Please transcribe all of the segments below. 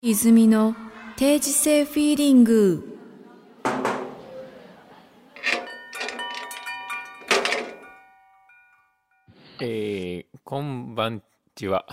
泉の定時性フィーリング。 こんばんちは。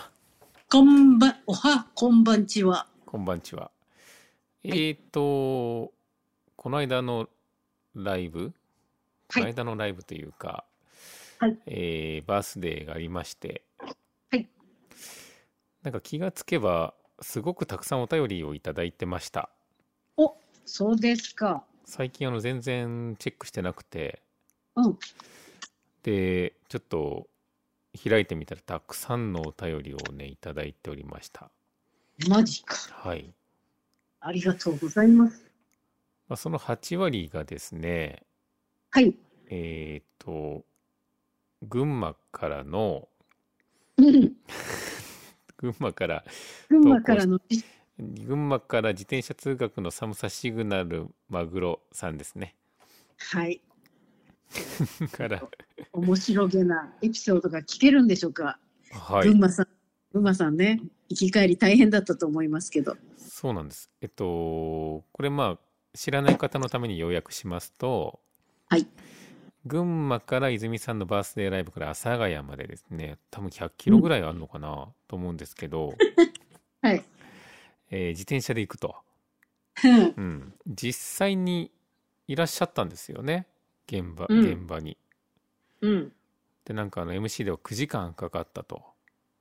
こんばんちは。 こんばんちは。 はい。 この間のライブ、こはい。 の間のライブというか、 はい。 バースデーがありまして、 はい。 なんか気がつけば、すごくたくさんお便りをいただいてました。 お、そうですか。 最近全然チェックしてなくて、 うん。 で、ちょっと開いてみたらたくさんのお便りをね、いただいておりました。 マジか。 はい。 ありがとうございます。 その8割がですね、 はい。 えっと、群馬からの、 うん。 群馬から群投稿し、 馬からの、 群馬から自転車通学の寒さシグナルマグロさんですね。 はい。 から、 面白げなエピソードが聞けるんでしょうか。 はい、 群馬さん、群馬さんね、行き帰り大変だったと思いますけど。 そうなんです。これ知らない方のために要約しますと、 はい。 群馬から泉さんのバースデーライブから阿佐ヶ谷までですね、多分100キうん。 ロぐらいあるのかなと思うんですけど、 はい。 自転車で行くと。 うん。 うん。実際にいらっしゃったんですよね。 うん。 現場に。 うん。 で、なんかMC では9時間かかったと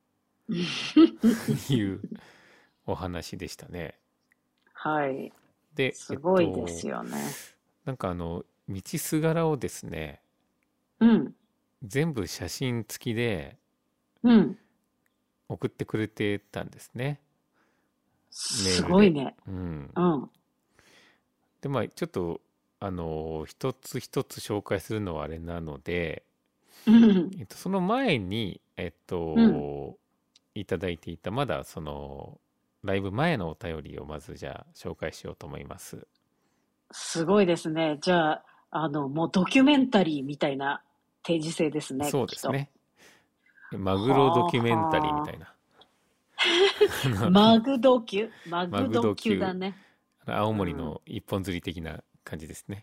いうお話でしたね。 はい。 で、 すごいですよね。 なんか道すがらをですね、 うん。 全部写真付きでうん。 送ってくれてたんですね。メすールで。 ごいね。 うん。 うん。 で、ちょっと、一つ一つ紹介するのはあれなので、 うん。 その前に、 うん。 いただいていた、まだライブ前のお便りをまずじゃあ紹介しようと思います。 すごいですね。じゃあ、もうドキュメンタリーみたいな定時制ですね、きっと。 そうですね。マグロドはあキュメンタリーみはあ。 たいな。 ママググドド級、 級だね。 青森うん。 の一本釣り的な感じですね。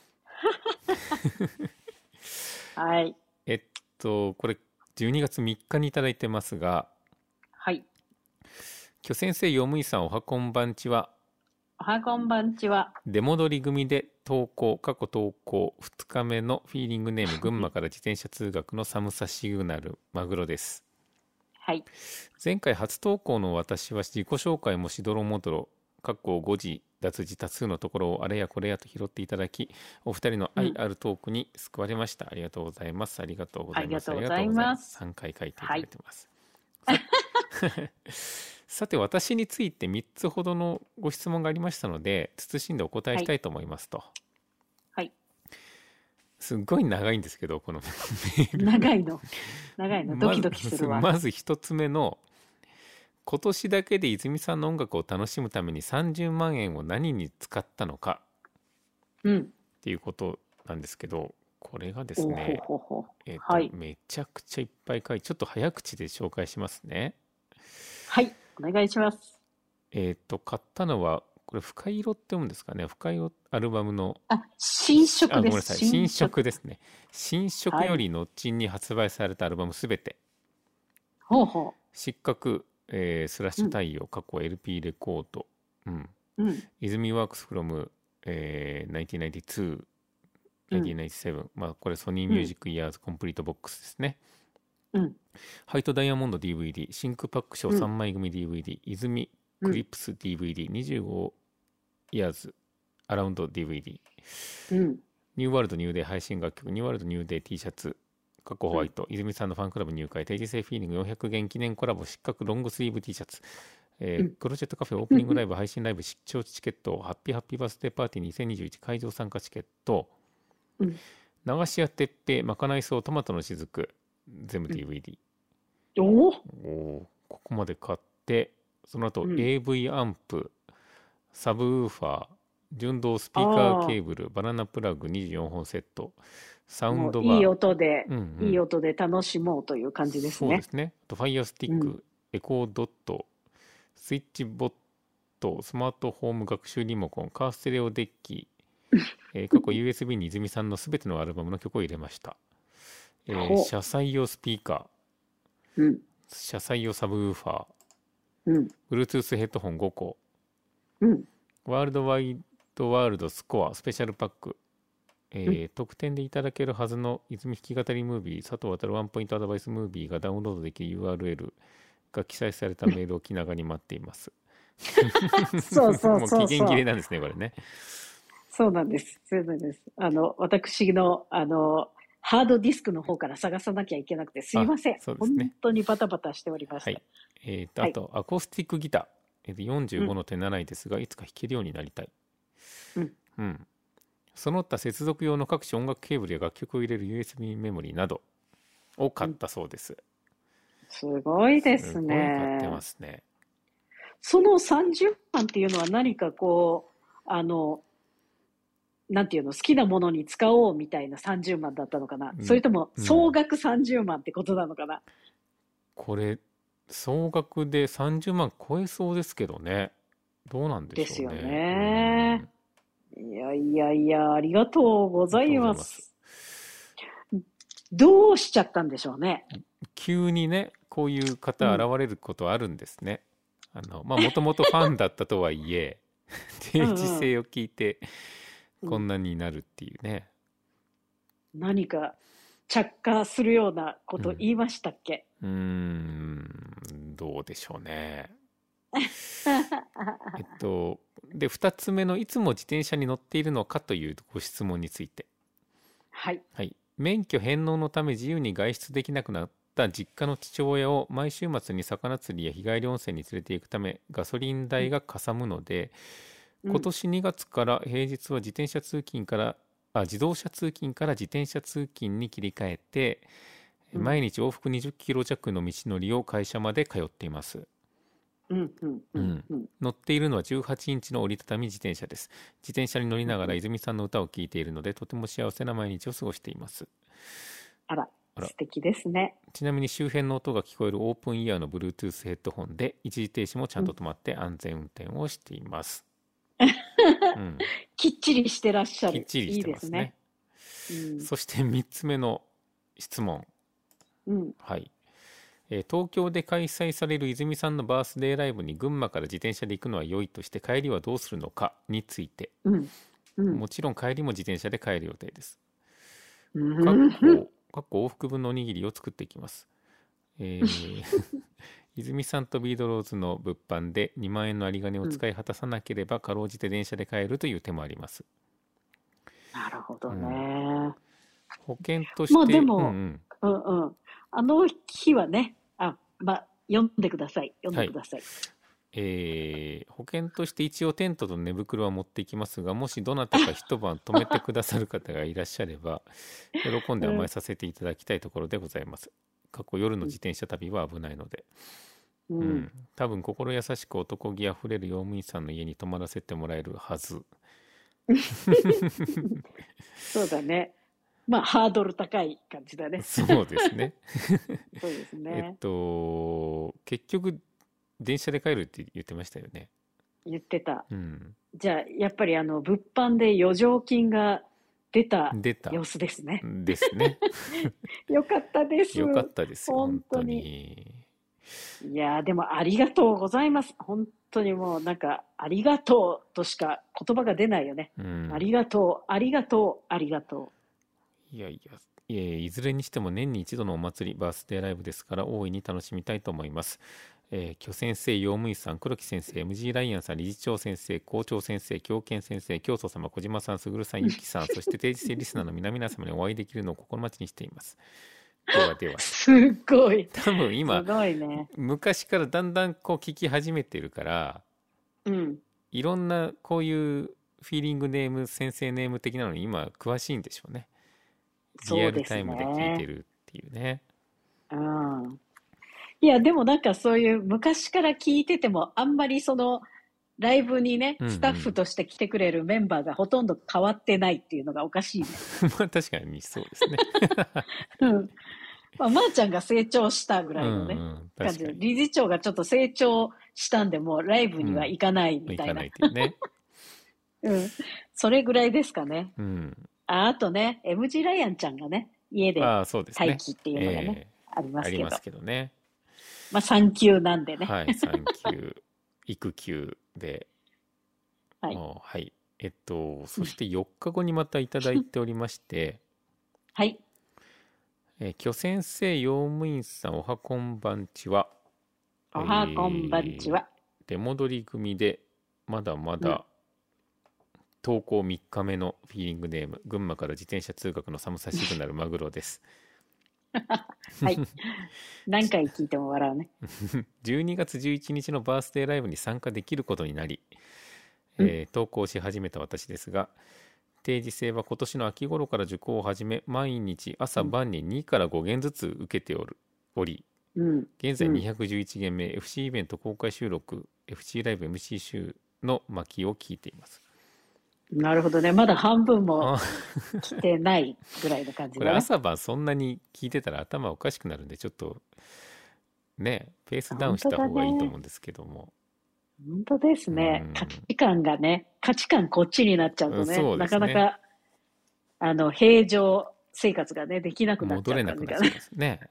はい。 えっこれ12月3日にいただいてますが、 はい。 巨先生、よむいさん、おはこんばんちは。 おはこんばんちは。 出戻り組で過去投稿2日目のフィーリングネーム、群馬から自転車通学の寒さシグナル、マグロです。 はい。 前回初投稿の私は自己紹介もしどろもどろ、誤字脱字多数のところをあれやこれやと拾っていただき、お二人のうん。 愛あるトークに救われました。ありがとうございます。ありがとうございます。ありがとありがとうござうございます。 います。 3回書いていたはい。 だいてます。ささて、私について3つほどのご質問がありましたので、謹んでお答えはい。 したいと思いますと。 はい。 すっごい長いんですけど、このメール。 長いの。長いの。ドキドキするわ。 まず1つ目の、今年だけで泉さんの音楽を楽しむために30万円を何に使ったのかうん。 っていうことなんですけど、これがですおほね、 ほほ。はい。 めちゃくちゃいっぱいちょっと早口で紹介しますね。 はい。お願いします。 買ったのは、これ、深色って読むんですかね。深色アルバムの、 あ、新色です。 ごめんなさい、新新色。 色ですね。新色はい。 より後に発売されたアルバムすべて、 ほうほ失格、スラッう。うん。 シュ太陽、過去 LP レコード、うん、 うん。 泉ワークスフロム、1992、 うん。 1997、これソニーうん。 ミュージックイヤーズコンプリートボックスですね。 うん。 ハイトダイヤモンド DVD、真空パック賞うん。 3枚組 DVD、泉うん。 クリップス DVD25 イヤーズアラウンド DVD、 うん。 ニューワールドニューデー配信楽曲、ニューワールドニューデー T シャツ、過去ホうん。 ワイト、泉さんのファンクラブ入会、定時制フィーリング400元記念コラボ、失格ロングスリーブ T シャツ、 うん。 クロチェットカフェオープニングライブ、配信ライブ、視聴チケット、ハッピーハッピーバースデーパーティー2021会場参加チケット、 うん。 流し屋鉄平、まかない草、トマトの雫、全部うん。 DVD。 おお。 ここまで買って、その後うん。 AV アンプ、サブウーファー、純動スピーカーああ、 ケーブル、バナナプラグ24本セット、サウンもういいドバ音で、 ー、 いい音で楽しもうという感じですね。 そうですね。あとファイヤースティッうん。 ク、エコードット、スイッチボット、スマートフォーム学習リモコン、カーステレオデッキ、過去 USB に泉さんのすべてのアルバムの曲を入れました。 ほ車載用スピーカう。うん。 ー、車載用サブウーファー、 うん。 Bluetooth ヘッドホン5個、 うん。 ワールドワイドワールドスコアスペシャルパック、特典でいただけるはずの泉弾き語りムービー、佐藤航ワンポイントアドバイスムービーがダウンロードできる URL が記載されたメールを気長に待っています。 そうそうもうそう期限切れそう。 なんですね、これね。 そうなんです。そうなんです。私の、ハードディスクの方から探さなきゃいけなくて、すいません。本そうですね。 当にバタバタしておりました。 はい。 はい。 あと、アコースティックギター。45 うん。 の手習いですが、いつか弾けるようになりたい。 うん。 うん。その他接続用の各種音楽ケーブルや楽曲を入れる USB メモリーなどを買ったそうです。 すごいですすごい買ってね。 ますね。 その30万っていうのは何かこう、なんていうの、好きなものに使おうみたいな30万だったのかな。それとも総額30万ってことなのかな。 これ、総額で30万超えそうですけどね。どうなんでですよしょうね。 ね。いやいやいや、ありがとうございます。どうしちゃったんでしょうね。 急にね、こういう方現れることあるんですね。もともとファンだったとはいえ、定時性を聞いて、こんなになるっていうね。 何か着火するようなこと言いましたっけ？ どうでしょうね。で、2つ目のいつも自転車に乗っているのかというご質問について。 はい。 はい。免許返納のため自由に外出できなくなった実家の父親を毎週末に魚釣りや日帰り温泉に連れて行くためガソリン代がかさむので、今年2月から平日は自動車通勤から自転車通勤に切り替えて、毎日往復20キロ弱の道のりを会社まで通っています。乗っているのは18インチの折りたたみ自転車です。自転車に乗りながら泉さんの歌を聴いているので、とても幸せな毎日を過ごしています。 あら、素敵ですね。 ちなみに周辺の音が聞こえるオープンイヤーの Bluetooth ヘッドホンで一時停止もちゃんと止まって安全運転をしています。 きっちりしてらっしゃる。 きっちりしてますね。そして3つ目の質問。はい。東京で開催される泉さんのバースデーライブに群馬から自転車で行くのは良いとして帰りはどうするのかについて、もちろん帰りも自転車で帰る予定です。かっこ往復分のおにぎりを作っていきます。泉さんとビードローズの物販で2万円の有り金を使い果たさなければかろうじて電車で帰るという手もあります。 なるほどね。 保険としてまあでも、あの日はね、読んでください。読んでください。 保険として一応テントと寝袋は持っていきますが、もしどなたか一晩泊めてくださる方がいらっしゃれば喜んで甘えさせていただきたいところでございます。過去夜の自転車旅は危ないので、多分心優しく男気あふれる用務員さんの家に泊まらせてもらえるはず。 そうだね。まあハードル高い感じだね。 そうですね。 そうですね。 結局電車で帰るって言ってましたよね。 言ってた。じゃあやっぱり物販で余剰金が出た様子ですね。 ですね。 よかったです。 よかったですよ。 本当に。いやでもありがとうございます。本当にもうなんかありがとうとしか言葉が出ないよね。ありがとう、ありがとう、ありがとう。いずれにしても年に一度のお祭り、バースデーライブですから大いに楽しみたいと思います。許先生、用務員さん、黒木先生、MG ライアンさん、理事長先生、校長先生、狂犬先生、教祖様、小島さん、すぐるさん、ゆきさん、そして定時制リスナーの皆々様にお会いできるのを心待ちにしています。ではでは。 すごい。 多分今、 すごいね、 昔からだんだんこう聞き始めてるから、いろんなこういうフィーリングネーム、先生ネーム的なのに今詳しいんでしょうね。リアルタイムで聞いてるっていうね。 いやでもなんかそういう昔から聞いててもあんまりそのライブにね、スタッフとして来てくれるメンバーがほとんど変わってないっていうのがおかしいね。 まあ確かにそうですね。 まあ、まーちゃんが成長したぐらいのね、感じで、 確かに。 理事長がちょっと成長したんで、もうライブには行かないみたいな。 行かないっていうね。 それぐらいですかね。 うん。 あとね、MG ライアンちゃんがね、家でそうですね。 待機っていうのがね、ありますけど。 ありますけどね。 まあ、産休なんでね。 はい、産休、育休で、 はい。 はい。そして4日後にまたいただいておりまして、 はい。 巨先生、用務員さん、おはこんばんちは。 おはこんばんちは。 出戻り組で、まだまだ、登校3日目のフィーリングネーム、群馬から自転車通学の寒さシグナルマグロです。 はい。何回聞いても笑うね。 12月11日のバースデーライブに参加できることになり、投稿し始めた私ですが、定時制は今年の秋頃から受講を始め、毎日朝晩に2から5件ずつ受けており、現在211件目、FC イベント公開収録、FC ライブ MC 集の巻を聞いています。 なるほどね。まだ半分も来てないぐらいの感じだね。 これ朝晩そんなに聞いてたら頭おかしくなるんで、ちょっとね、ペースダウンした方がいいと思うんですけども。 本当ですね。価値観こっちになっちゃうとね、なかなか、平常生活がね、できなくなっちゃう感じがね。 戻れなくなっちゃいますね。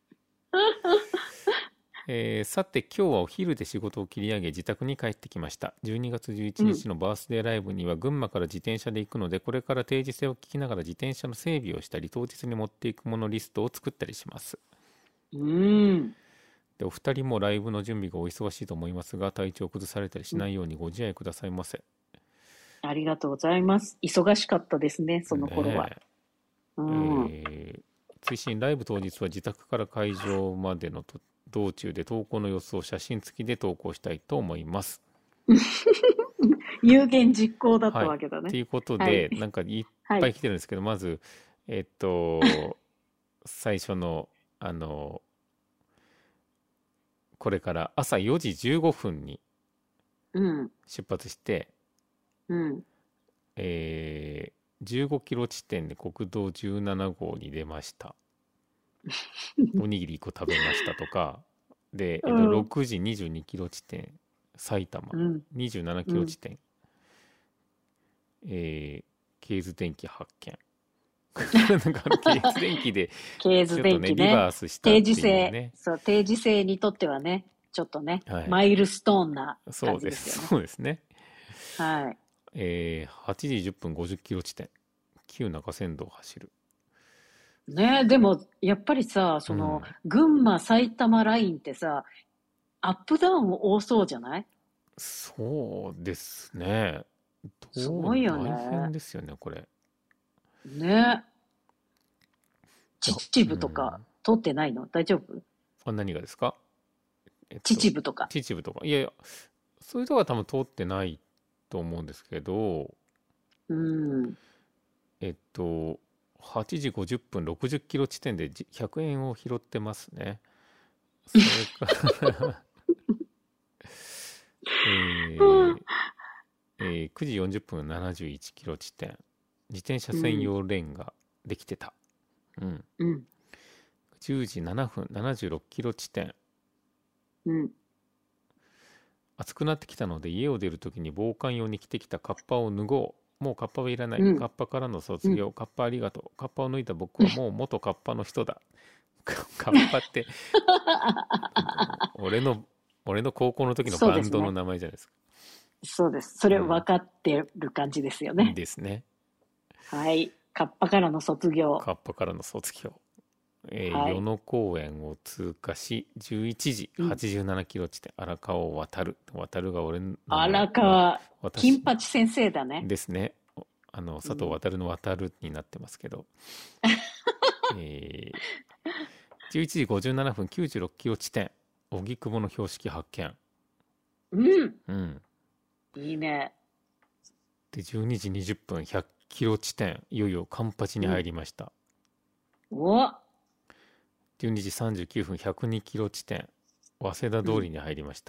さて今日はお昼で仕事を切り上げ自宅に帰ってきました。12月11日のバースデーライブには群馬から自転車で行くので、これから定時制を聞きながら自転車の整備をしたり、当日に持っていくものリストを作ったりします。でお二人もライブの準備がお忙しいと思いますが、体調を崩されたりしないようにご自愛くださいませ。 ありがとうございます。忙しかったですね、その頃は。 追伸ライブ当日は自宅から会場までの道中で投稿の様子を写真付きで投稿したいと思います。 有言実行だったわけだね。 ということで、なんかいっぱい来てるんですけど、まず最初のこれから朝4時15分に出発して、15キロ地点で国道17号に出ました。おにぎり1個食べましたとかで、6時22キロ地点埼玉、27キロ地点、ケーズ電機発見。なんかケーズ電機でちょっとねリバースしたっていうね。 定時制にとってはね、ちょっとね、マイルストーンな感じですよね。 そうですね。 はい。 8時10分50キロ地点、旧中山道を走る。 ね、でもやっぱりさ、群馬埼玉ラインってさ、アップダウン多そうじゃない？ そうですね。 すごいよね。 大変ですよね、これ。 ね。秩父とか通ってないの？大丈夫？ 何がですか？ 秩父とか。 秩父とか。いやいや、そういうとこは多分通ってないと思うんですけど、8時50分60キロ地点で100円を拾ってますね。それから9時40分71キロ地点、自転車専用レーンができてた。10時7分76キロ地点、暑くなってきたので家を出るときに防寒用に着てきたカッパを脱ごう。もうカッパはいらない。カッパからの卒業。カッパありがとう。カッパを脱いだ僕はもう元カッパの人だ。カッパって俺の高校の時のバンドの名前じゃないですか。 そうです。それ分かってる感じですよね。 ですね。 はい。カッパからの卒業。 カッパからの卒業。与野公園を通過し、11時87キロ地点、荒川を渡る。渡るが俺の。 荒川、金八先生だね。 ですね。佐藤渡の渡るになってますけど。11時57分96キロ地点、荻窪の標識発見。 いいね。 で、12時20分100キロ地点、いよいよカンパチに入りました。12時39分102キロ地点、早稲田通りに入りました。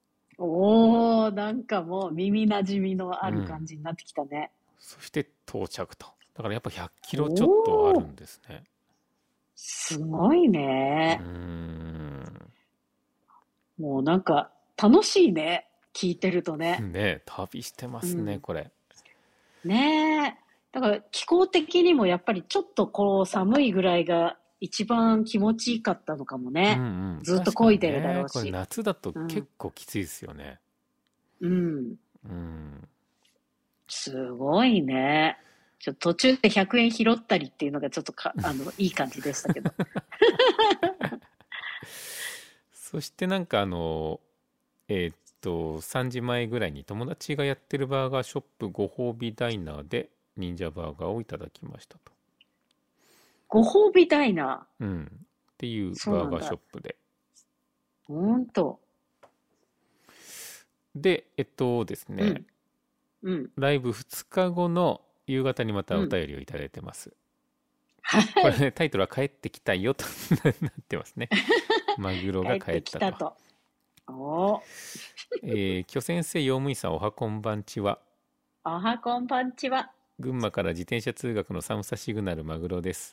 なんかもう耳なじみのある感じになってきたね。 そして到着と。だからやっぱ100キロちょっとあるんですね。 すごいうね。 ん。 もうなんか楽しいね。聞いてるとね。 ね、旅してますね、 うん。 これ。 ねえ。だから気候的にもやっぱりちょっとこう寒いぐらいが一番気持ちいいかったのかもうんうね。 ん。 ずっと確かに漕いでるだろね、これうし。 夏だとうん。 結構きついですよね。 うん。 うん。 すごいね。途中で100円拾ったりっていうのがちょっといい感じでしたけど。 そしてなんか3時前ぐらいに友達がやってるバーガーショップご褒美ダイナーで忍者バーガーをいただきましたと。 ご褒美ダイナうん。っていー。 うバーガーショッそうなんだ。 プで。 ほんと。 で、ですね、 うん。うん。 ライブ2日後の夕方にまたおうん。 便りをいただいてます。これはい。 ね、タイトルは帰ってきたよとなってますね。マグロが帰って帰ったと。 きたと。おー。 巨先生用務員さんおはこんばんちは。 おはこんばんちは。 群馬から自転車通学の寒さシグナルマグロです。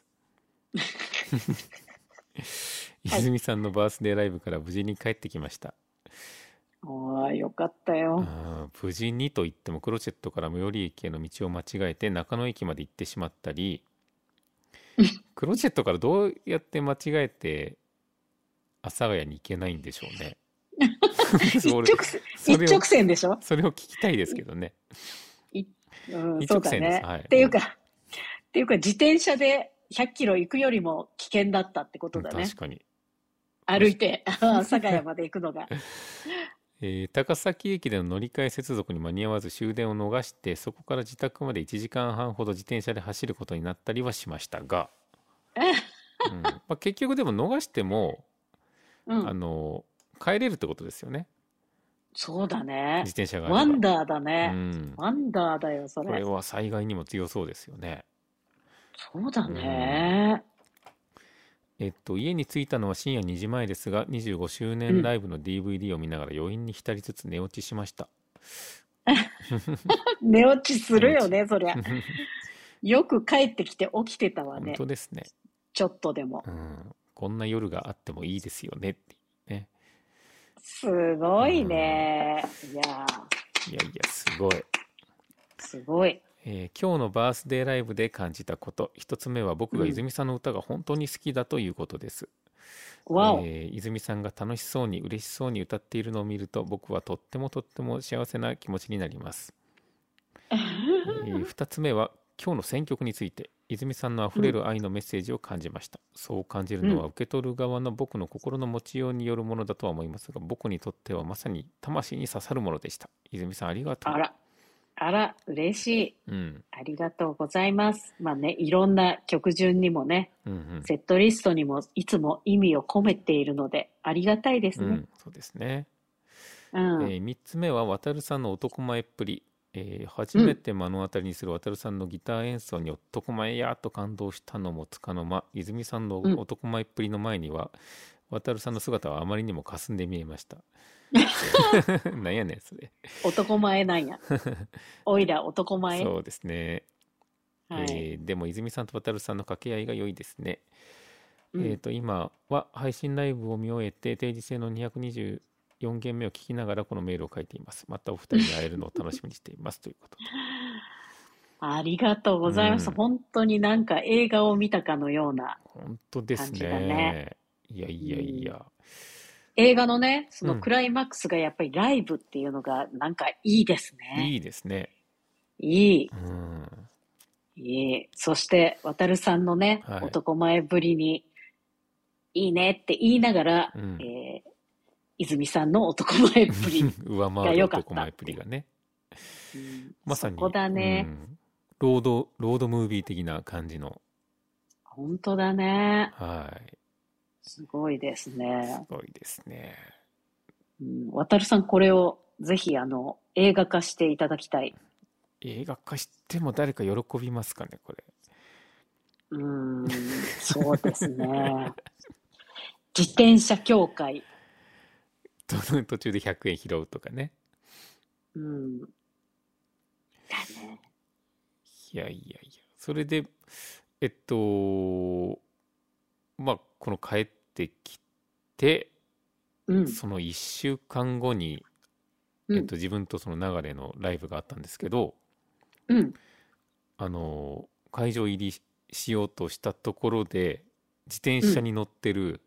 はい。 泉さんのバースデーライブから無事に帰ってきました。 おー、よかったよ。 無事にと言ってもクロチェットから最寄り駅への道を間違えて中野駅まで行ってしまったり、クロチェットからどうやって間違えて阿佐ヶ谷に行けないんでしょうね。それ、 一直それを、 線でしょ？ それを聞きたいですけどね。 い、うん、 一そう直線です。 だね。 はい。 っていうか、自転車で100キロ行くよりも危険だったってことだね。 確かに。 歩いて、阿佐ヶ谷まで行くのが。 高崎駅での乗り換え接続に間に合わず終電を逃して、そこから自宅まで1時間半ほど自転車で走ることになったりはしましたが、まあ、結局でも逃してもうん。 帰れるってことですよね、 そうだね。 自転車があれば。 ワンダーだね。 うん、 ワンダーだよ、それ。 これは災害にも強そうですよね。 そうだうん。 ね。 家に着いたのは深夜2時前ですが、25周うん。 年ライブの DVD を見ながら余韻に浸りつつ寝落ちしました。 寝落ちす寝落ち。 るよね、そりゃ。よく帰ってきて起きてたわ本ね。 当ですね。 ちょっとでも。 うん。こんな夜があってもいいですよねっていうね。 すうごいん。 ね。いやいやいや、すごい。 すごい。 今日のバースデーライブで感じたこと。一つ目は僕がうん。 泉さんの歌が本当に好きだということです。 わお。 泉さんが楽しそうに嬉しそうに歌っているのを見ると僕はとってもとっても幸せな気持ちになります。二つ目は今日の選曲について泉さんのあふうん。 れる愛のメッセージを感じました。そう感じるうん。 のは受け取る側の僕の心の持ちようによるものだとは思いますが、僕にとってはまさに魂に刺さるものでした。泉さんありがとあら。あら、嬉しい。 う。うん。 ありがとうございます。まあね、いろんな曲順にもね、 うんセットリストにもいつも意味を込めているので、ありがたいですね。 うん。そうですね。 うん。 3つ目は渡さんの男前っぷり。初うん。 めて目の当たりにする渡さんのギター演奏に男前やと感動したのもつかの間、泉さんのうん。 男前っぷりの前には渡さんの姿はあまりにも霞んで見えました。なんやねんそれ。 男前なんや。おいら男前。 そうですね。 はい。 でも泉さんと渡さんの掛け合いが良いですね。 うん。 今は配信ライブを見終えて定時制の224件目を聞きながらこのメールを書いています。またお二人に会えるのを楽しみにしていますということで。 ありがとうございます。 うん。 本当になんか映画を見たかのような本当です感じだね。 ね。いやういやいん。 や。 映画のね、そうん。 のクライマックスがやっぱりライブっていうのがなんかいいですね。 いいですね。 いい。 うん。 いい。そして、渡るさんのね、 はい。 男前ぶりに、いいねって言いながら、 うん。 泉さんの男前ぶり上回るが良かっ男前っぷたっていう。 りがね。 うん、そこまさに、 だね。 ロードムービー的な感じの。 本当だね。 はい。 すごいですね。 すごいですね。 うん、渡るさん、これをぜひ、映画化していただきたい。 映画化しても誰か喜びますかね、これ。 うーん、そうですね。自転車協会。 途中で100円拾うとかね。 うん、だね。 いやいやいや。それで、えっと、 まあこの帰ってきて、 うん。 その1週間後に、 うん。 自分とその流れのライブがあったんですけど、 うん。 会場入りしようとしたところで自転車に乗ってる、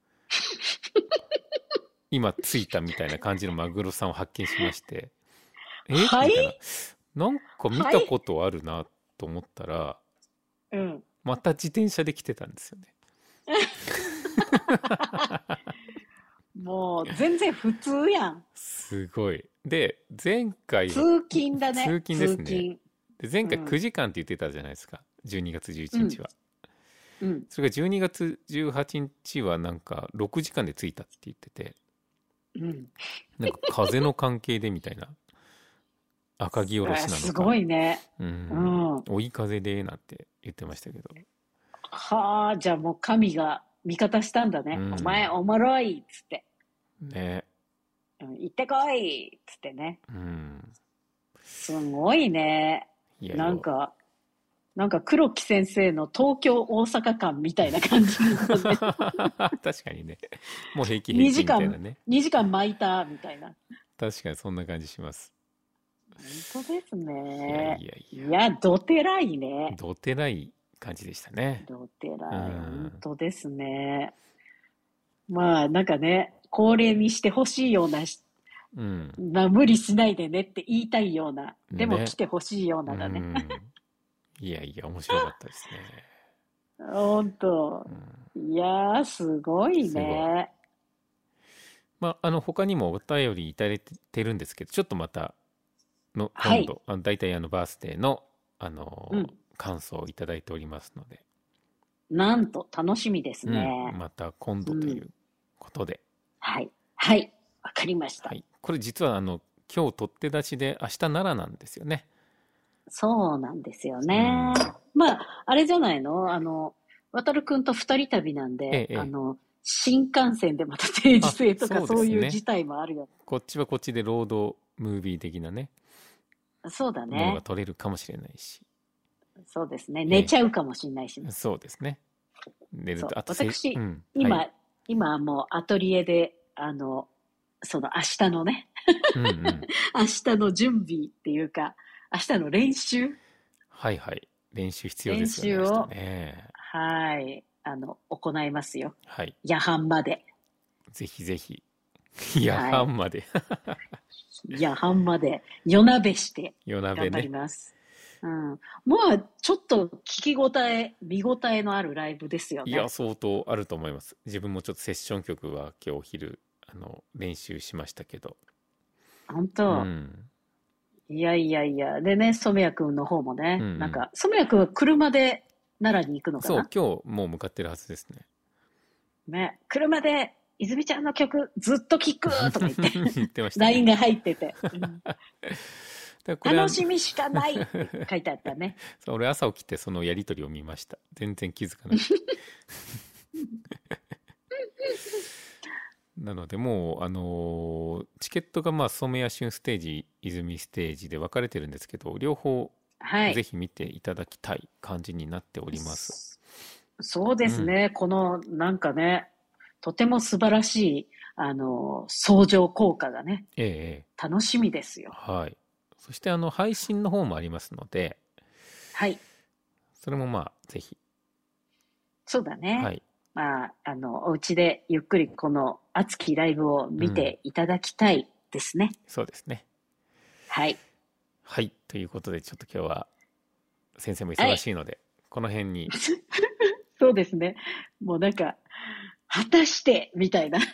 今着いたみたいな感じのマグロさんを発見しまして、 はいみたいな、なんか見たことあるなと思ったら、 うん。 また自転車で来てたんですよね。 もう全然普通やん。 すごい。で前回は通勤だね。 通勤ですね。 通勤。 で前回うん 9時間って言ってたじゃないですか、12月11日は、 うん。 それが12月18日はなんか6時間で着いたって言ってて、 うん。 なんか風の関係でみたいな、赤城おろしなのか、 すごいね。 ううんん。 追い風でなんて言ってましたけど、 はあ、じゃあもう神が味方したんだね。 うんお前おもろいっつって。 ね、 行ってこいっつってね。 うん、 すごいね。 いやなんか黒木先生の東京大阪間みたいな感じのね。 確かにね、もう平気みたいなね、 2時間巻いたみたいな。 確かにそんな感じします。 本当ですね。 いやいやいや、どてらいね。 どてらい感じでしたね。 どてらい。 うん本当ですね。まあ、なんかね、恒例にしてほしいような、 うん無理しないでねって言いたいような、でもね来てほしいようなだね。 いやいや面白かったですね。 本当。いやー、すごいすごいね。 まあ、他にもお便りいただいてるんですけど、ちょっとまたのはい今度、大体バースデーの、 うん感想をいただいておりますので、 なんと、楽しみですね。 また今度ということで、 はい。はい。わかりました。 はい、これ実は今日取って出しで明日奈良なんですよね。 そうなんですよね。まあ、あれじゃないの渡るくんと二人旅なんで、 ええ新幹線でまた定時制とかあそうですねそういう事態もあるよ。 こっちはこっちでロードムービー的なねそうだものがね。 撮れるかもしれないし、 そうですね。寝ちゃうかもしれないしね。 そうですね。寝るそうとあと私今、 今、今はもうアトリエで、その明日のね、 うんうん、 明日の準備っていうか、明日の練習はいはい練習必要ですよね。 練習を明日ね、 はい、行いますよ。 はい、 夜半まで。 ぜひぜひ夜半まで、 夜半まで夜なべして夜鍋頑張りね。 ます。うん。まあ、ちょっと聞き応え、見応えのあるライブですよね。 いや相当あると思います。自分もちょっとセッション曲は今日お昼練習しましたけど、 本当、いやいやいや。でね、染谷くんの方もね、なんか、染谷くんは車で奈良に行くのかそうな。 今日もう向かってるはずですね。 ね、車で、泉ちゃんの曲ずっと聴くとか言って、 言ってましたね。 LINE が入ってて、 だからこれ楽しみしかないって書いてあったね。 そう俺朝起きてそのやり取りを見ました。全然気づかないなのでもうチケットが染谷旬ステージ泉ステージで分かれてるんですけど、両方はい。 ぜひ見ていただきたい感じになっております。 そうですね、このなんかね、とても素晴らしい相乗効果がね、 ええ楽しみですよ。 はい。そして配信の方もありますので、 はい、 それもぜひ、 そうだね。 はい、 まあお家でゆっくりこの熱きライブを見ていただきたいですね。 そうですね。 はい。 はい、ということでちょっと今日は先生も忙しいので、この辺にそうですね。もうなんか果たしてみたいな。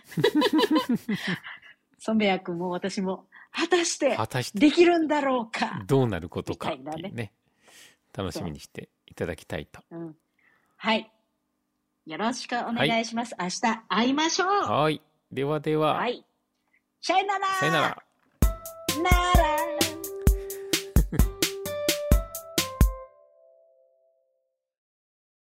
染谷君も私も果たしてできるんだろうか。 どうなることかってみたいないうね、楽しみにしていただきたいと。 はい。よろしくお願いします。明日会いましょう。 はい。ではでは。 はい。さよなら。 さよなら。 なら。